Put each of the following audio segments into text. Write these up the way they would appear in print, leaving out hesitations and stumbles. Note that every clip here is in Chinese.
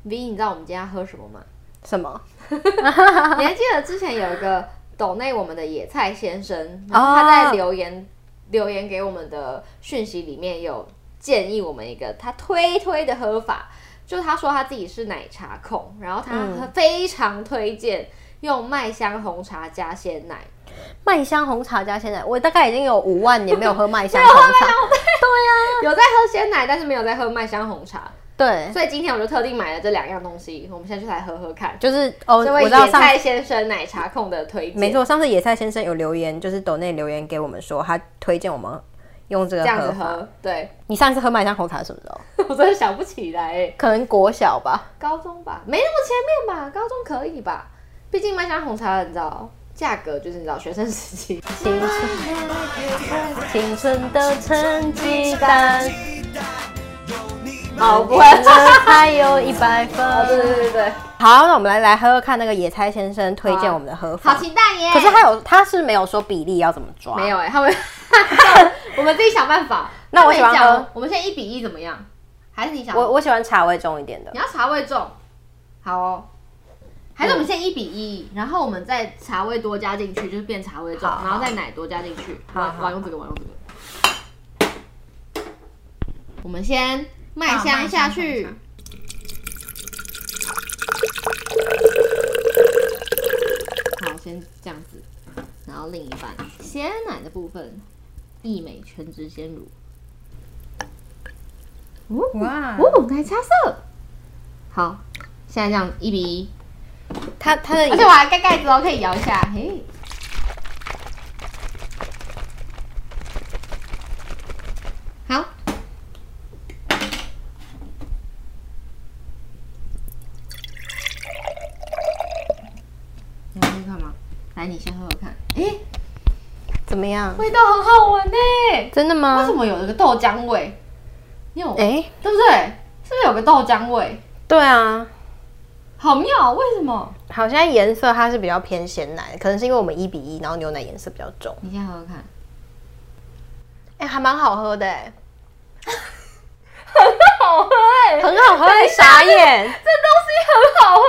V， 你知道我们今天要喝什么吗？ 什么？ 你还记得之前有一个抖内我们的野菜先生，然后他在留言给我们的讯息里面有建议我们一个他推的喝法，就他说他自己是奶茶控，然后他非常推荐用麦香红茶加鲜奶。 麦香红茶加鲜奶，我大概已经有5万年没有喝麦香红茶。对啊，有在喝鲜奶，但是没有在喝麦香红茶。 对， 所以今天我就特地买了这2样东西，我们现在就来喝喝看。 就是这位野菜先生奶茶控的推荐， 没错，上次野菜先生有留言，就是抖内留言给我们说，他推荐我们用这个样子喝。对， 你上次喝麦香红茶是什么时候？ 我真的想不起来， 可能国小吧， 高中吧，没那么前面吧，高中可以吧？毕竟麦香红茶你知道。价格就是你知道学生时期青春的成绩单， 好不会才有100分。 对。 好，那我们来喝喝看那个野菜先生推荐我们的喝法。 好期待耶！ 可是他是没有说比例要怎么抓， 没有他们我们自己想办法。 那我喜欢喝， 我们现在1比1怎么样？还是你想？ 我喜欢茶味重一点的。 你要茶味重，好哦。还是我们先1比1，然后我们再茶味多加进去，就是变茶味重，然后再奶多加进去。我用这个。我们先麦香下去，好，先这样子，然后另一半鲜奶的部分，益美全脂鲜乳。哇奶茶色，好，现在这样1比1。 它的， 而且我还盖盖子哦，可以摇一下，嘿。好，你要喝看吗？来，你先喝喝看。 怎么样？ 味道很好闻呢。 真的吗？ 为什么有一个豆浆味？你有对不对？是不是有个豆浆味？ 对啊。 好妙，为什么？ 好像颜色它是比较偏鲜奶，可能是因为我们1比1，然后牛奶颜色比较重。 你先喝喝看。 还蛮好喝的很好喝很好喝傻眼， 这东西很好喝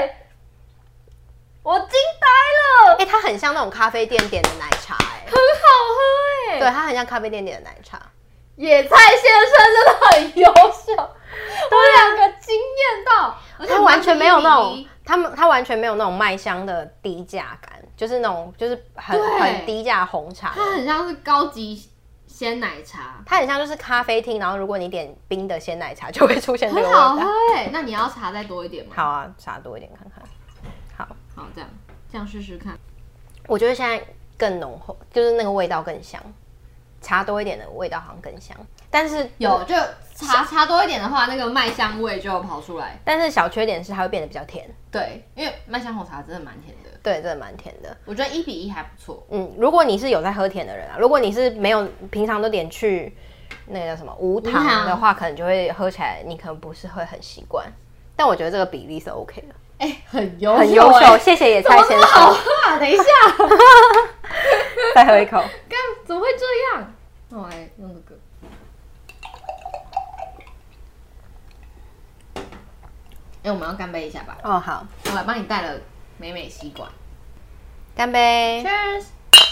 我惊呆了。 它很像那种咖啡店点的奶茶很好喝对，它很像咖啡店点的奶茶。 野菜先生真的很优秀，我2个惊艳到。 它完全没有那种，它完全没有那种麦香的低价感，就是那种就是很低价红茶。 它很像是高级鲜奶茶， 它很像就是咖啡厅，然后如果你点冰的鲜奶茶，就会出现这个味道。 很好喝那你要茶再多一点吗？ 好啊，茶多一点看看。 好，这样试试看。 我觉得现在更浓厚，就是那个味道更香。茶多一点的味道好像更香，但是有就茶多一点的话，那个麦香味就跑出来。 但是小缺点是它会变得比较甜。 对，因为麦香红茶真的蛮甜的。 对，真的蛮甜的。 我觉得1比1还不错。 如果你是有在喝甜的人啊，如果你是没有平常都点去那个叫什么无糖的话，可能就会喝起来你可能不是会很习惯。但我觉得这个比例是 OK 的。 很优秀， 很优秀，谢谢野菜先生。 好喝啊！等一下， 再喝一口。 怎么会这样？那我来用这个。我们要干杯一下吧。 好， 我来帮你带了美吸管。 干杯 ！Cheers！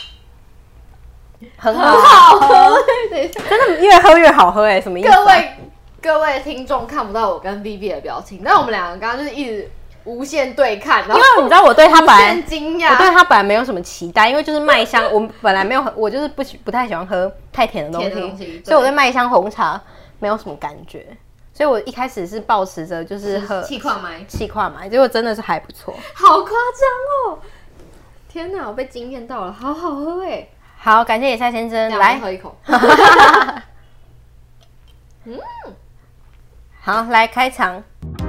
很好喝，真的越喝越好喝什么意思？ 各位听众看不到我跟 Vivi 的表情，但我们2个刚刚就是一直无限对看，因为你知道我对他本来惊讶， 我对他本来没有什么期待，因为就是麦香，我本来没有，我就是不太喜欢喝太甜的东西，所以我对麦香红茶没有什么感觉，所以我一开始是抱持着就是喝气矿买， 结果真的是还不错， 好夸张哦！天哪，我被惊艳到了，好好喝好，感谢野菜先生，来喝一口。 好，来开场。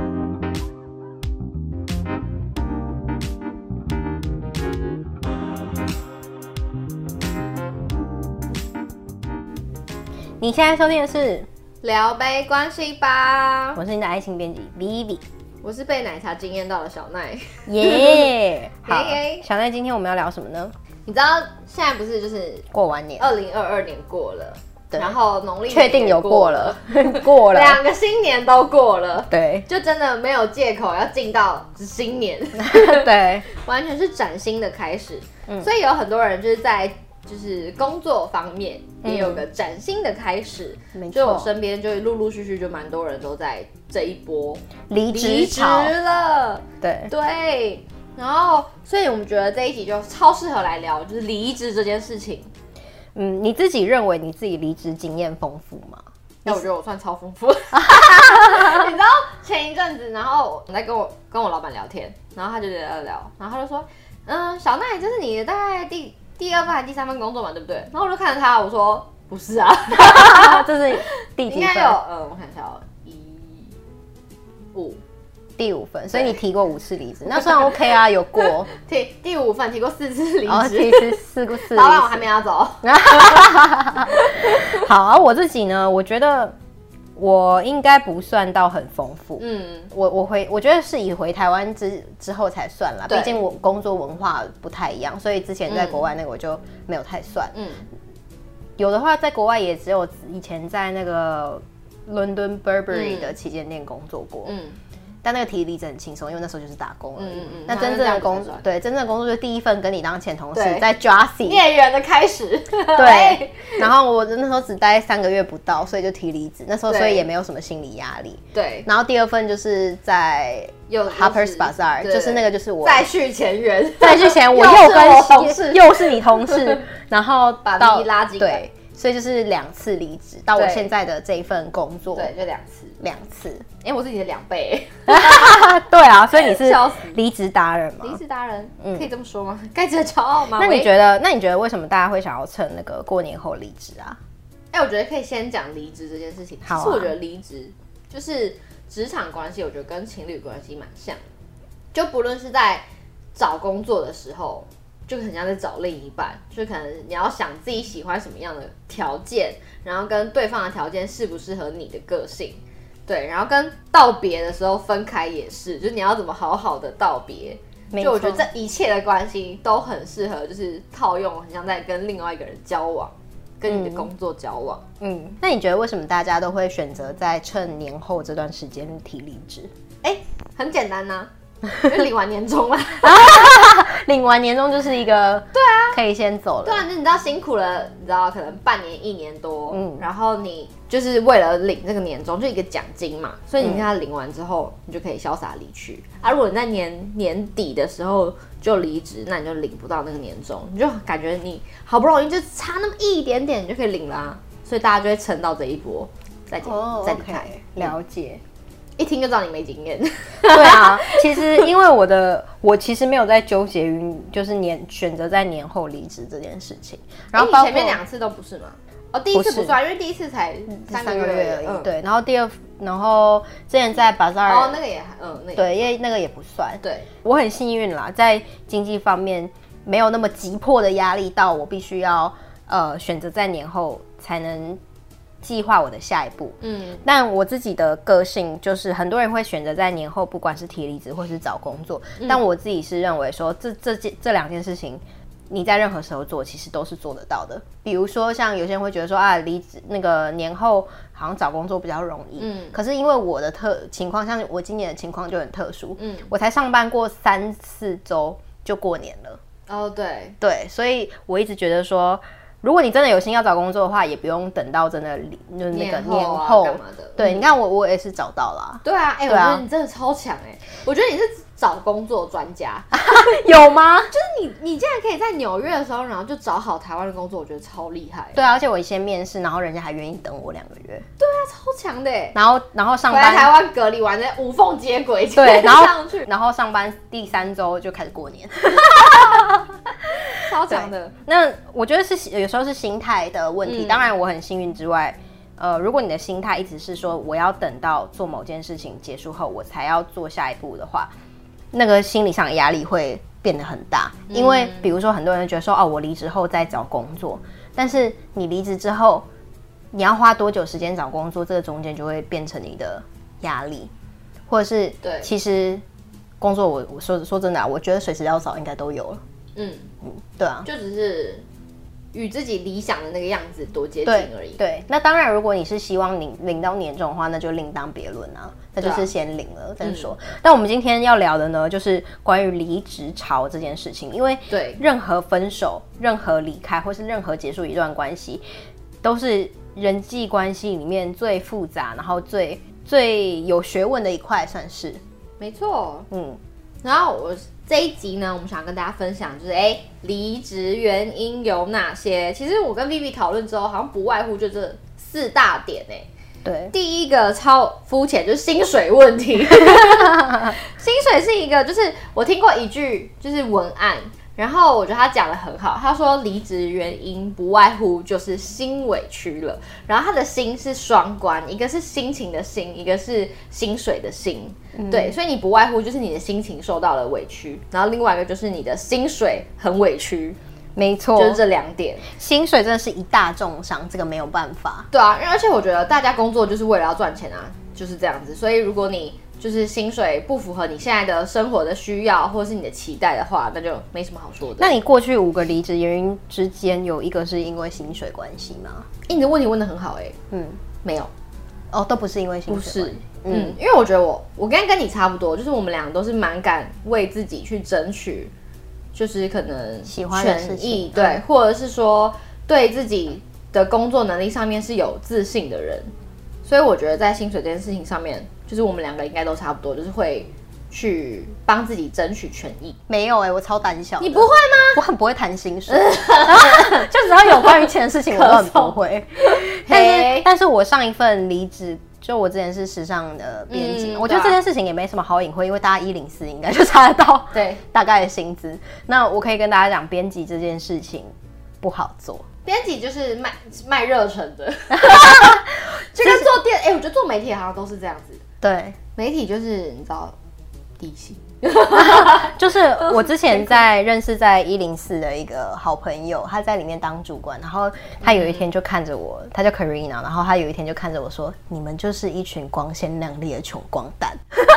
你现在收听的是聊杯关系吧， 我是你的爱情编辑 Vivi， 我是被奶茶惊艳到的小奈， 耶！好，小奈，今天我们要聊什么呢？ 你知道现在不是就是过完年 ，2022年过了， 然后农历确定有过了，过了 2个新年都过了， 对， 就真的没有借口要进到新年， 对， 完全是崭新的开始。所以有很多人就是在就是工作方面也有个崭新的开始，就我身边就陆陆续续就蛮多人都在这一波离职了， 对， 然后所以我们觉得这一集就超适合来聊就是离职这件事情。 你自己认为你自己离职经验丰富吗？ 我觉得我算超丰富。你知道前一阵子，然后我在跟我老板聊天，然后他就聊，然后他就说，小奈，这是你大概第2份还是第3份工作嘛，对不对？然后我就看着他，我说不是啊， 这是第几份？ 应该有我看一下5。 第5份，所以你提过5次离职，那算 OK 啊，有过。 第5份提过4次离职， 提4次。 老板，我还没要走。 好，我自己呢，我觉得我应该不算到很丰富。我觉得是以回台湾之后才算啦，毕竟我工作文化不太一样，所以之前在国外那个我就没有太算。有的话，在国外也只有以前在那个伦敦 Burberry 的旗舰店工作过。但那个提离职很轻松，因为那时候就是打工而已。那真正的工作，对，真正的工作就是第1份跟你当前同事，在 Jossy 孽缘的开始。 对，然后我那时候只待3个月不到，所以就提离职。那时候所以也没有什么心理压力。 对， 然后第2份就是在 Harper's Bazaar， 就是那个就是我再续前缘， 再续前我又跟又是你同事，然后把你拉进来。 对，所以就是2次离职，到我现在的这一份工作， 对，就2次。我是你的2倍。 对啊，所以你是离职达人吗？ 离职达人，可以这么说吗？该值得骄傲吗？ 那你觉得为什么大家会想要趁那个过年后离职啊？ 我觉得可以先讲离职这件事情。其实我觉得离职就是职场关系，我觉得跟情侣关系蛮像的。就不论是在找工作的时候，就很像在找另一半，就可能你要想自己喜欢什么样的条件，然后跟对方的条件适不适合你的个性。对，然后跟道别的时候分开也是，就是你要怎么好好的道别。就我觉得这一切的关系都很适合，就是套用，很像在跟另外一个人交往，跟你的工作交往。 那你觉得为什么大家都会选择在趁年后这段时间提离职？ 很简单呐，因为领完年终了。 领完年终就是一个对啊， 可以先走了。 对啊，你知道辛苦了，你知道可能半年1年多，然后你就是为了领这个年终，就一个奖金嘛，所以你看他领完之后，你就可以潇洒离去。如果你在年底的时候就离职，那你就领不到那个年终，你就感觉你好不容易就差那么一点点，你就可以领啦。所以大家就会撑到这一波，再离开。 了解。 一听就知道你没经验。 对啊，其实因为我其实没有在纠结于就是选择在年后离职这件事情。然后你前面2次都不是吗？第一次不算，因为第一次才3个月而已。 对，然后之前在 Bazaar 那个也对，因为那个也不算。 对， 我很幸运啦，在经济方面没有那么急迫的压力到我必须要选择在年后才能计划我的下一步。但我自己的个性就是很多人会选择在年后，不管是提离职或是找工作，但我自己是认为说这2件事情你在任何时候做其实都是做得到的。比如说像有些人会觉得说离职那个年后好像找工作比较容易，可是因为我的情况，像我今年的情况就很特殊，我才上班过3-4周就过年了。对，所以我一直觉得说，如果你真的有心要找工作的话，也不用等到真的就是那个年后干嘛的。 对，你看我也是找到了。 对啊，我觉得你真的超强我觉得你是找工作专家。 有吗？ 就是你竟然可以在纽约的时候，然后就找好台湾的工作，我觉得超厉害。 对啊，而且我先面试，然后人家还愿意等我2个月。 对啊，超强的然后上班回来台湾隔离完，无缝接轨。 对，然后上班第3周就开始过年。 超强的。 那我觉得有时候是心态的问题。当然我很幸运之外，如果你的心态一直是说我要等到做某件事情结束后我才要做下一步的话，那个心理上的压力会变得很大。因为比如说很多人觉得说我离职后再找工作，但是你离职之后你要花多久时间找工作，这个中间就会变成你的压力。或者是其实工作我说真的我觉得随时要找应该都有了。对啊， 就只是与自己理想的那个样子多接近而已。 对，那当然，如果你是希望领到年终的话，那就另当别论啊，那就是先领了再说。但我们今天要聊的呢，就是关于离职潮这件事情，因为任何分手、任何离开或是任何结束一段关系，都是人际关系里面最复杂，然后最有学问的一块，算是。 没错，然后我这一集呢，我们想跟大家分享，就是离职原因有哪些？其实我跟 Vivi 讨论之后，好像不外乎就这4大点对， 第一个超肤浅，就是薪水问题。薪水是一个，就是我听过一句就是文案，然后我觉得他讲得很好。他说离职原因不外乎就是心委屈了，然后他的心是双关，一个是心情的心，一个是薪水的薪。对，所以你不外乎就是你的心情受到了委屈，然后另外一个就是你的薪水很委屈。 没错， 就是这2点。 薪水真的是一大重伤，这个没有办法。 对啊，而且我觉得大家工作就是为了要赚钱啊，就是这样子。所以如果你就是薪水不符合你现在的生活的需要，或者是你的期待的话，那就没什么好说的。 那你过去5个离职原因之间有一个是因为薪水关系吗？ 你的问题问得很好没有哦，都不是因为薪水关系。 因为我觉得我跟你差不多，就是我们俩都是蛮敢为自己去争取。就是可能喜欢的事情， 对，或者是说对自己的工作能力上面是有自信的人，所以我觉得在薪水这件事情上面，就是我们2个应该都差不多，就是会去帮自己争取权益。 没有我超胆小的。 你不会吗？ 我很不会谈薪水，就只要有关于钱的事情，我都很不会。但是我上一份离职。就我之前是时尚的编辑，我觉得这件事情也没什么好隐晦，因为大家104应该就查得到大概的薪资。那我可以跟大家讲，编辑这件事情不好做。 编辑就是卖热忱的，就跟做电，我觉得做媒体好像都是这样子。 对， 媒体就是你知道底薪。 就是我之前认识在104的一个好朋友，他在里面当主管，然后他有一天就看着我，他叫 Karina， 然后他有一天就看着我说：“你们就是一群光鲜亮丽的穷光蛋。”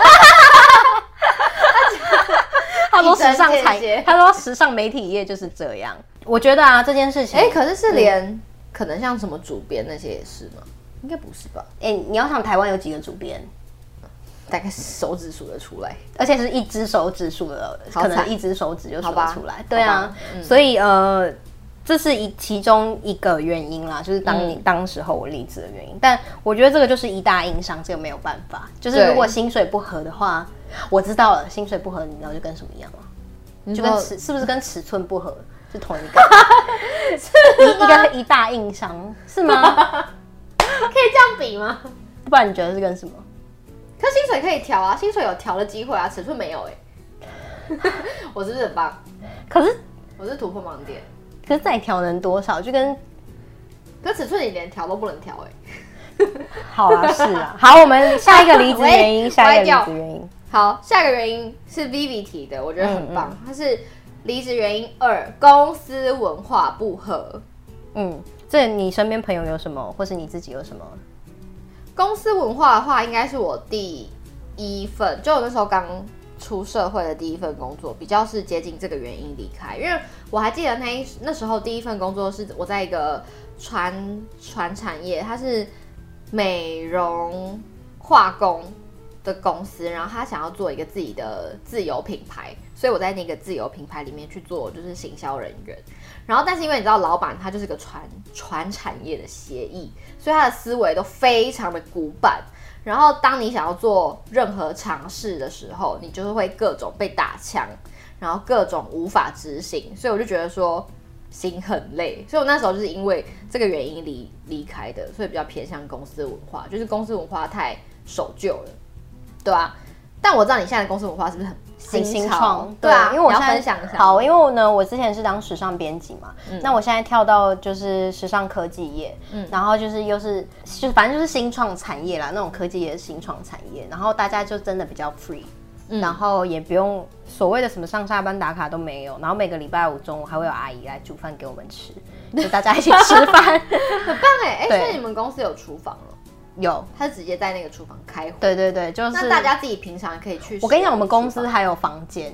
他说时尚产业，他说时尚媒体业就是这样。我觉得啊，这件事情， 可是连可能像什么主编那些也是吗？应该不是吧？ 你要想台湾有几个主编？ 大概手指数得出来， 而且是一只手指数的，可能一只手指就数得出来。对啊，所以这是其中一个原因啦，就是当时候我离职的原因。但我觉得这个就是一大硬伤，这个没有办法。就是如果薪水不合的话，我知道了，薪水不合，你知道就跟什么一样吗？就跟是不是跟尺寸不合是同一个一大硬伤是吗？ 可以这样比吗？ 不然你觉得是跟什么？ 可薪水可以调啊，薪水有调的机会啊，尺寸没有我是不是很棒？ 可是我是突破盲点。 可是再调能多少？就跟可尺寸你连调都不能调好啦，是啦。好，我们下一个离职原因，下一个离职原因。 好，下一个原因是 Vivi 提的，我觉得很棒。它是离职原因2，公司文化不合。 这你身边朋友有什么，或是你自己有什么？ 公司文化的话，应该是我第1份，就我那时候刚出社会的第1份工作，比较是接近这个原因离开。因为我还记得那时候第1份工作是我在一个传产业，它是美容化工的公司，然后他想要做一个自己的自有品牌，所以我在那个自有品牌里面去做就是行销人员。然后但是因为你知道老板他就是个传产业的协议，所以他的思维都非常的古板。然后当你想要做任何尝试的时候，你就是会各种被打枪，然后各种无法执行。所以我就觉得说心很累，所以我那时候就是因为这个原因离开的，所以比较偏向公司文化，就是公司文化太守旧了，对啊。但我知道你现在的公司文化是不是很新创？对啊， 因为我现在分享一下。 好，因为呢，我之前是当时尚编辑嘛，那我现在跳到就是时尚科技业，然后就是反正就是新创产业啦，那种科技业的新创产业，然后大家就真的比较 free，然后也不用所谓的什么上下班打卡都没有，然后每个礼拜5中午还会有阿姨来煮饭给我们吃，就大家一起吃饭， 很棒哎！所以你们公司有厨房了？ 有， 他直接在那个厨房开会。 对对对，就是那大家自己平常可以去。 我跟你讲，我们公司还有房间，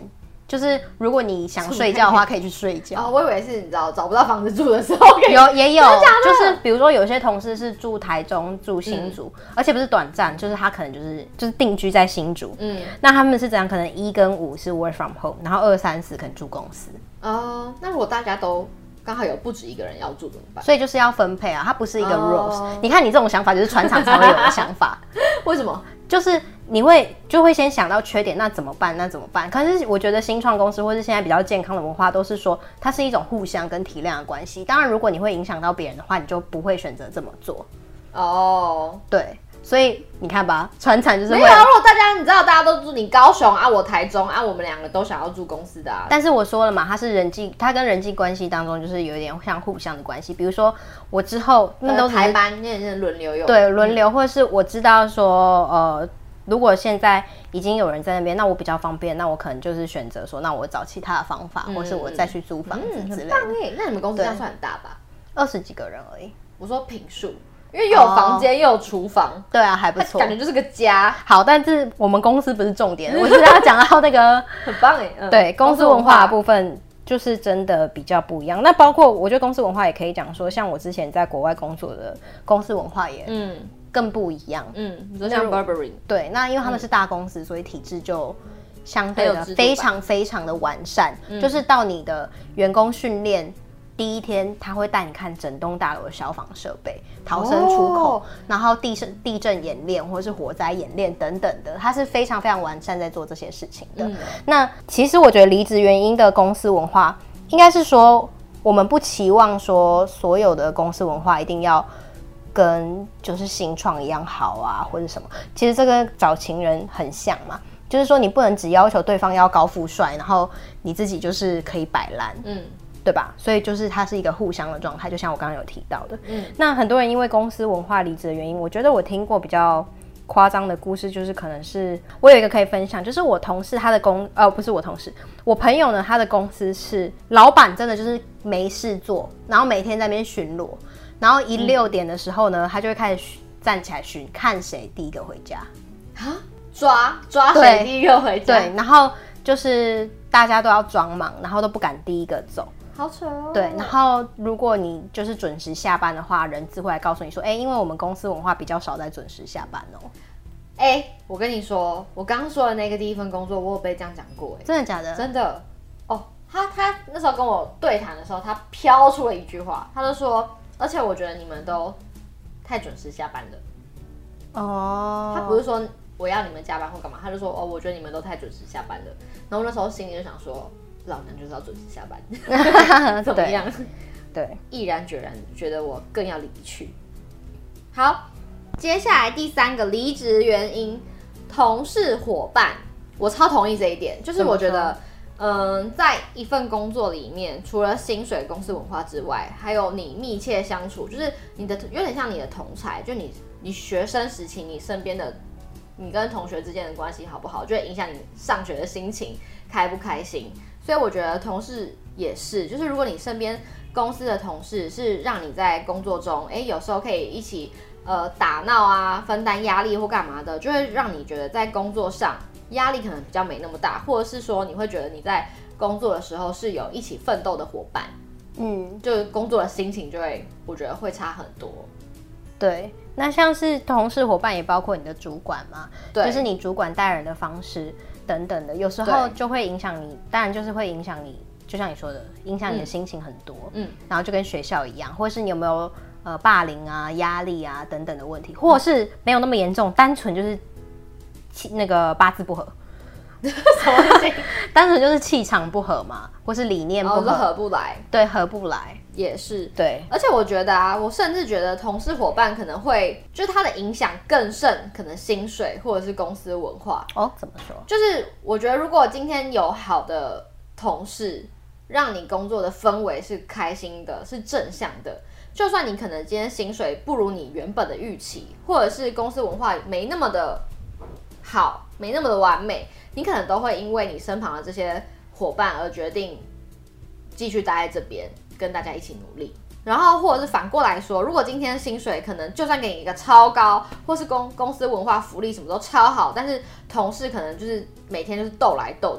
就是如果你想睡觉的话，可以去睡觉。 我以为是你知道找不到房子住的时候可以。 也有，就是比如说有些同事是住台中、住新竹，而且不是短暂，就是他可能就是定居在新竹。那他们是怎样？可能1跟5是 work from home， 然后2、3、4可能住公司。 那如果大家都刚好有不止一个人要住怎么办？ 所以就是要分配啊，它不是一个 rules。你看你这种想法就是船厂才会有的想法。 为什么？ 就是你就会先想到缺点，那怎么办？可是我觉得新创公司或是现在比较健康的文化，都是说它是一种互相跟体谅的关系。当然，如果你会影响到别人的话，你就不会选择这么做。对。所以你看吧，传产就是会。 没有，如果你知道大家都住你高雄啊，我台中啊，我们2个都想要住公司的啊。 但是我说了嘛，它跟人际关系当中就是有一点像互相的关系。比如说我之后那都排班，那是轮流用。 对，轮流，或者是我知道说如果现在已经有人在那边，那我比较方便，那我可能就是选择说，那我找其他的方法，或是我再去租房子之类的。 很棒耶！那你们公司这样算很大吧 ？20几个人而已。 我说坪数。因为又有房间又有厨房， 对啊，还不错， 感觉就是个家。 好，但是我们公司不是重点，我是要讲到那个很棒哎， 对，公司文化的部分就是真的比较不一样。那包括我觉得公司文化也可以讲说，像我之前在国外工作的公司文化也更不一样。 你说像 Burberry， 对，那因为他们是大公司，所以体制就相对的非常非常的完善，就是到你的员工训练。第一天他会带你看整栋大楼的消防设备、逃生出口，然后地震演练或者是火灾演练等等的，它是非常非常完善在做这些事情的。那其实我觉得离职原因的公司文化，应该是说我们不期望说所有的公司文化一定要跟就是新创一样好啊，或者什么。其实这个找情人很像嘛，就是说你不能只要求对方要高富帅，然后你自己就是可以摆烂。对吧？所以就是它是一个互相的状态，就像我刚刚有提到的。那很多人因为公司文化离职的原因，我觉得我听过比较夸张的故事，就是可能是我有一个可以分享，就是我同事他的不是我同事，我朋友呢，他的公司是老板真的就是没事做，然后每天在那边巡逻，然后6点的时候呢，他就会开始站起来巡，看谁第一个回家抓谁第一个回家。 对，然后就是大家都要装忙，然后都不敢第一个走。 好扯哦。 对，然后如果你就是准时下班的话，人资会来告诉你说，因为我们公司文化比较少在准时下班哦。 我跟你说，我刚刚说的那个第一份工作，我有被这样讲过。 真的假的？ 真的。他那时候跟我对谈的时候，他飘出了一句话，他就说，而且我觉得你们都太准时下班了。他不是说我要你们加班或干嘛，他就说我觉得你们都太准时下班了。然后那时候心里就想说，老娘就是要准时下班，怎么样？ 对， 毅然决然觉得我更要离去。好，接下来第3个离职原因，同事伙伴，我超同意这一点，就是我觉得，在一份工作里面，除了薪水、公司文化之外，还有你密切相处，就是你的有点像你的同侪，就你学生时期你身边的。你跟同学之间的关系好不好，就会影响你上学的心情，开不开心。所以我觉得同事也是，就是如果你身边公司的同事是让你在工作中，有时候可以一起打闹啊，分担压力或干嘛的，就会让你觉得在工作上压力可能比较没那么大，或者是说你会觉得你在工作的时候是有一起奋斗的伙伴，就工作的心情就会，我觉得会差很多。 对，那像是同事伙伴也包括你的主管嘛， 对， 就是你主管带人的方式等等的，有时候就会影响你，当然就是会影响你，就像你说的，影响你的心情很多，然后就跟学校一样，或者是你有没有霸凌啊、压力啊等等的问题，或者是没有那么严重，单纯就是那个八字不合。 什么东西？ 单纯就是气场不合嘛，或是理念不合， 合不来。 对，合不来也是。 对， 而且我觉得啊，我甚至觉得同事伙伴可能会，就是他的影响更甚，可能薪水或者是公司文化。 怎么说？ 就是我觉得如果今天有好的同事，让你工作的氛围是开心的，是正向的，就算你可能今天薪水不如你原本的预期，或者是公司文化没那么的好，没那么的完美，你可能都会因为你身旁的这些伙伴而决定继续待在这边，跟大家一起努力。然后或者是反过来说，如果今天薪水可能就算给你一个超高，或是公司文化福利什么都超好，但是同事可能就是每天就是斗来斗去，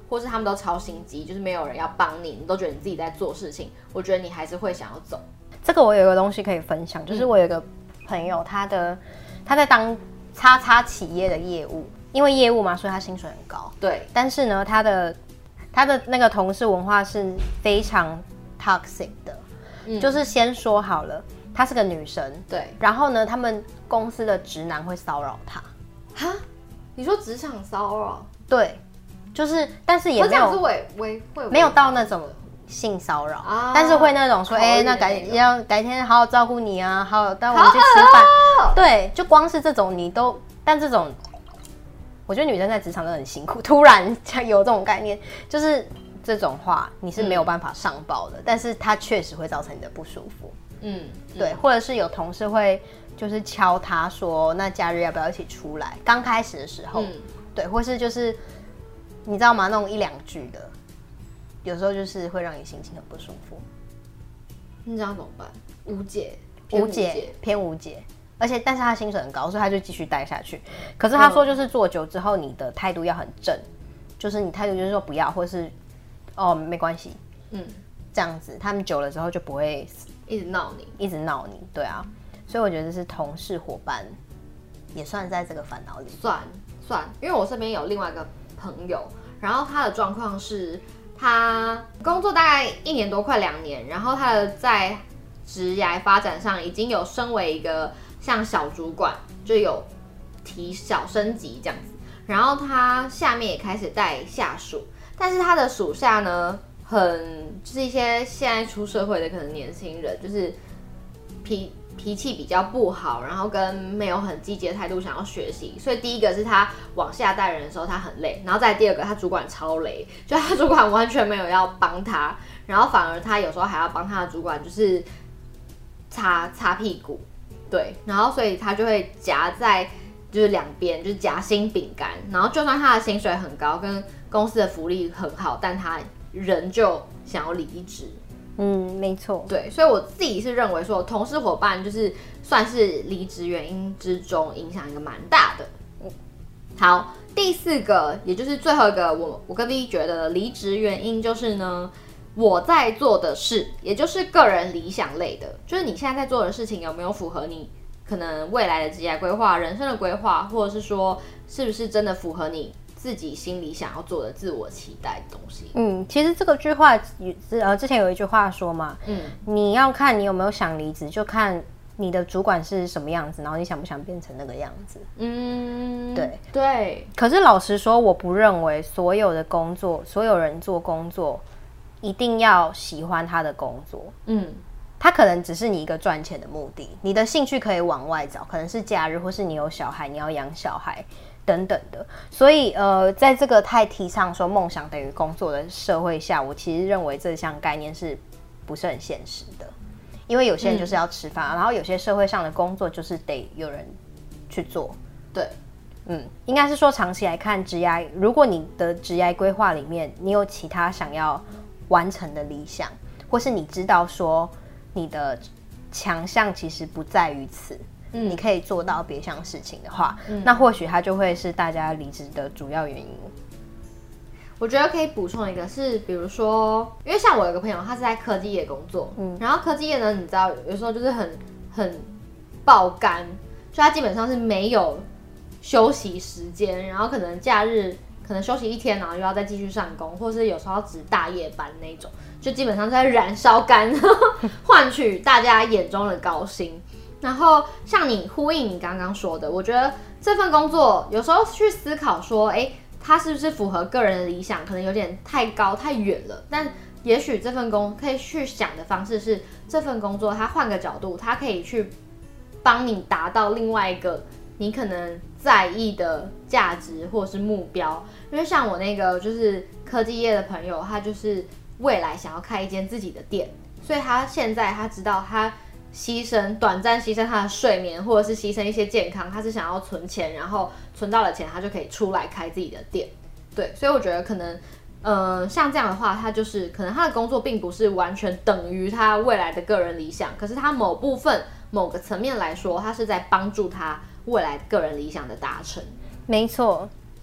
或是他们都超心机，就是没有人要帮你，你都觉得你自己在做事情，我觉得你还是会想要走。 这个我有一个东西可以分享，就是我有一个朋友，他在当叉叉企业的业务，因为业务嘛，所以他薪水很高。 对， 但是呢，他的那个同事文化是非常 toxic 的，就是先说好了，她是个女生， 对， 然后呢，他们公司的直男会骚扰她。 哈？你说职场骚扰？ 对，就是，但是也没有没有到那种性骚扰，但是会那种说，那改天好好照顾你啊，好带我们去吃饭。对，就光是这种你都，但这种，我觉得女生在职场都很辛苦，突然有这种概念，就是这种话你是没有办法上报的，但是它确实会造成你的不舒服。对，或者是有同事会就是敲他说，那假日要不要一起出来？刚开始的时候，对，或是就是你知道吗？那种1-2句的，有时候就是会让你心情很不舒服。 你这样怎么办？无解， 偏无解。但是他薪水很高，所以他就继续待下去。可是他说，就是做久之后，你的态度要很正，就是你态度就是说不要，或是没关系，这样子，他们久了之后就不会一直闹你， 对啊。所以我觉得是同事伙伴也算在这个烦恼里， 算，因为我身边有另外一个朋友，然后他的状况是，他工作大概1年多快2年，然后他的在职涯发展上已经有升为一个像小主管，就有提小升级这样子，然后他下面也开始带下属，但是他的属下呢，就是一些现在出社会的可能年轻人，就是脾气比较不好，然后跟没有很积极的态度想要学习，所以第一个是他往下带人的时候他很累，然后再第二个他主管超累，就他主管完全没有要帮他，然后反而他有时候还要帮他的主管就是擦屁股，对，然后所以他就会夹在就是两边，就是夹心饼干，然后就算他的薪水很高，跟公司的福利很好，但他仍旧想要离职。 没错， 对，所以我自己是认为说，同事伙伴就是算是离职原因之中影响一个蛮大的。好，第4个，也就是最后一个，我跟 V 觉得离职原因就是呢，我在做的事，也就是个人理想类的，就是你现在在做的事情有没有符合你可能未来的职业规划、人生的规划，或者是说是不是真的符合你自己心里想要做的自我期待的东西。 其实这个句话之前有一句话说嘛，你要看你有没有想离职，就看你的主管是什么样子，然后你想不想变成那个样子。对。可是老实说，我不认为所有人做工作一定要喜欢他的工作。他可能只是你一个赚钱的目的，你的兴趣可以往外找，可能是假日，或是你有小孩，你要养小孩等等的。所以在这个太提倡说梦想等于工作的社会下，我其实认为这项概念是不是很现实的，因为有些人就是要吃饭，然后有些社会上的工作就是得有人去做。 对， 应该是说长期来看，职涯，如果你的职涯规划里面你有其他想要完成的理想，或是你知道说你的强项其实不在于此，你可以做到别项事情的话，那或许它就会是大家离职的主要原因。 我觉得可以补充一个是，比如说，因为像我有个朋友，他是在科技业工作，然后科技业呢，你知道有时候就是很爆肝，就他基本上是没有休息时间，然后可能假日可能休息1天，然后又要再继续上工，或是有时候要值大夜班那种，就基本上在燃烧肝，换取大家眼中的高薪。然后像你呼应你刚刚说的，我觉得这份工作有时候去思考说，它是不是符合个人的理想，可能有点太高太远了。但也许这份可以去想的方式是，这份工作它换个角度，它可以去帮你达到另外一个你可能在意的价值或者是目标。因为像我那个就是科技业的朋友，他就是未来想要开一间自己的店，所以他现在他知道他短暂牺牲他的睡眠，或者是牺牲一些健康，他是想要存钱，然后存到了钱，他就可以出来开自己的店。对，所以我觉得可能像这样的话，他就是可能他的工作并不是完全等于他未来的个人理想，可是他某部分某个层面来说，他是在帮助他未来个人理想的达成。 没错。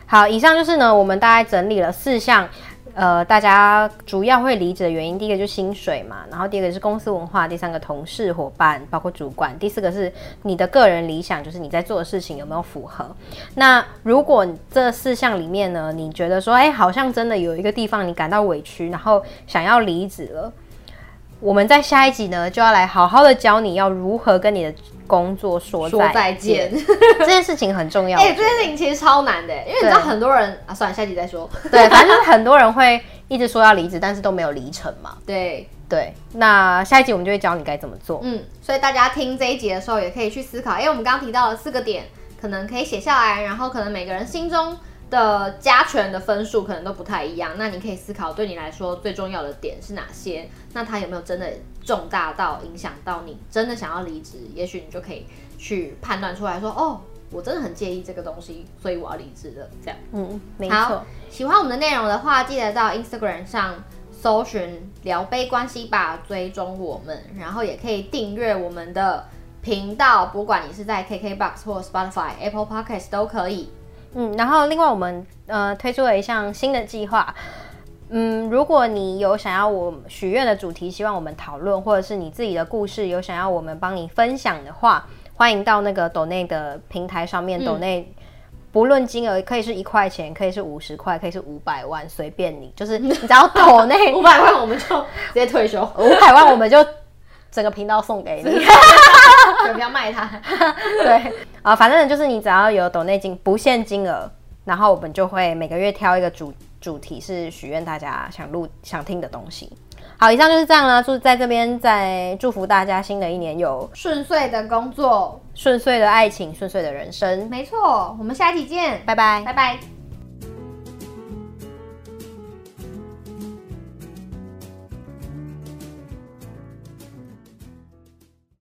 好，以上就是呢，我们大概整理了4项。大家主要会离职的原因，第一个就是薪水嘛，然后第二个是公司文化，第三个同事伙伴，包括主管，第四个是你的个人理想，就是你在做的事情有没有符合。那如果这4项里面呢，你觉得说，好像真的有一个地方你感到委屈，然后想要离职了，我们在下一集呢就要来好好的教你要如何跟你的工作说再见。这件事情很重要。 这件事情其实超难的，因为你知道很多人算了，下集再说。 对，反正就是很多人会一直说要离职，但是都没有离成嘛。 对， 那下一集我们就会教你该怎么做。 所以大家听这一集的时候也可以去思考，我们刚刚提到了4个点，可能可以写下来，然后可能每个人心中的加权的分数可能都不太一样，那你可以思考对你来说最重要的点是哪些，那它有没有真的重大到影响到你真的想要离职，也许你就可以去判断出来说，我真的很介意这个东西，所以我要离职了，这样。 没错。 喜欢我们的内容的话，记得到 Instagram 上搜寻聊杯关系吧，追踪我们，然后也可以订阅我们的频道，不管你是在 KKBOX 或 Spotify、Apple Podcast 都可以。 然后另外我们推出了一项新的计划。如果你有想要我许愿的主题，希望我们讨论，或者是你自己的故事有想要我们帮你分享的话，欢迎到那个Donate的平台上面Donate，不论金额，可以是1块钱，可以是50块，可以是500万，随便你，就是你只要Donate 500万，我们就直接退休 ；500万，我们就整个频道送给你。 不要卖它。 对反正就是你只要有Donate金，不限金额，然后我们就会每个月挑一个主题是许愿大家想听的东西。好，以上就是这样了。在这边再祝福大家新的一年有顺遂的工作、 顺遂的爱情、顺遂的人生。 没错，我们下期见， 拜拜， 拜拜。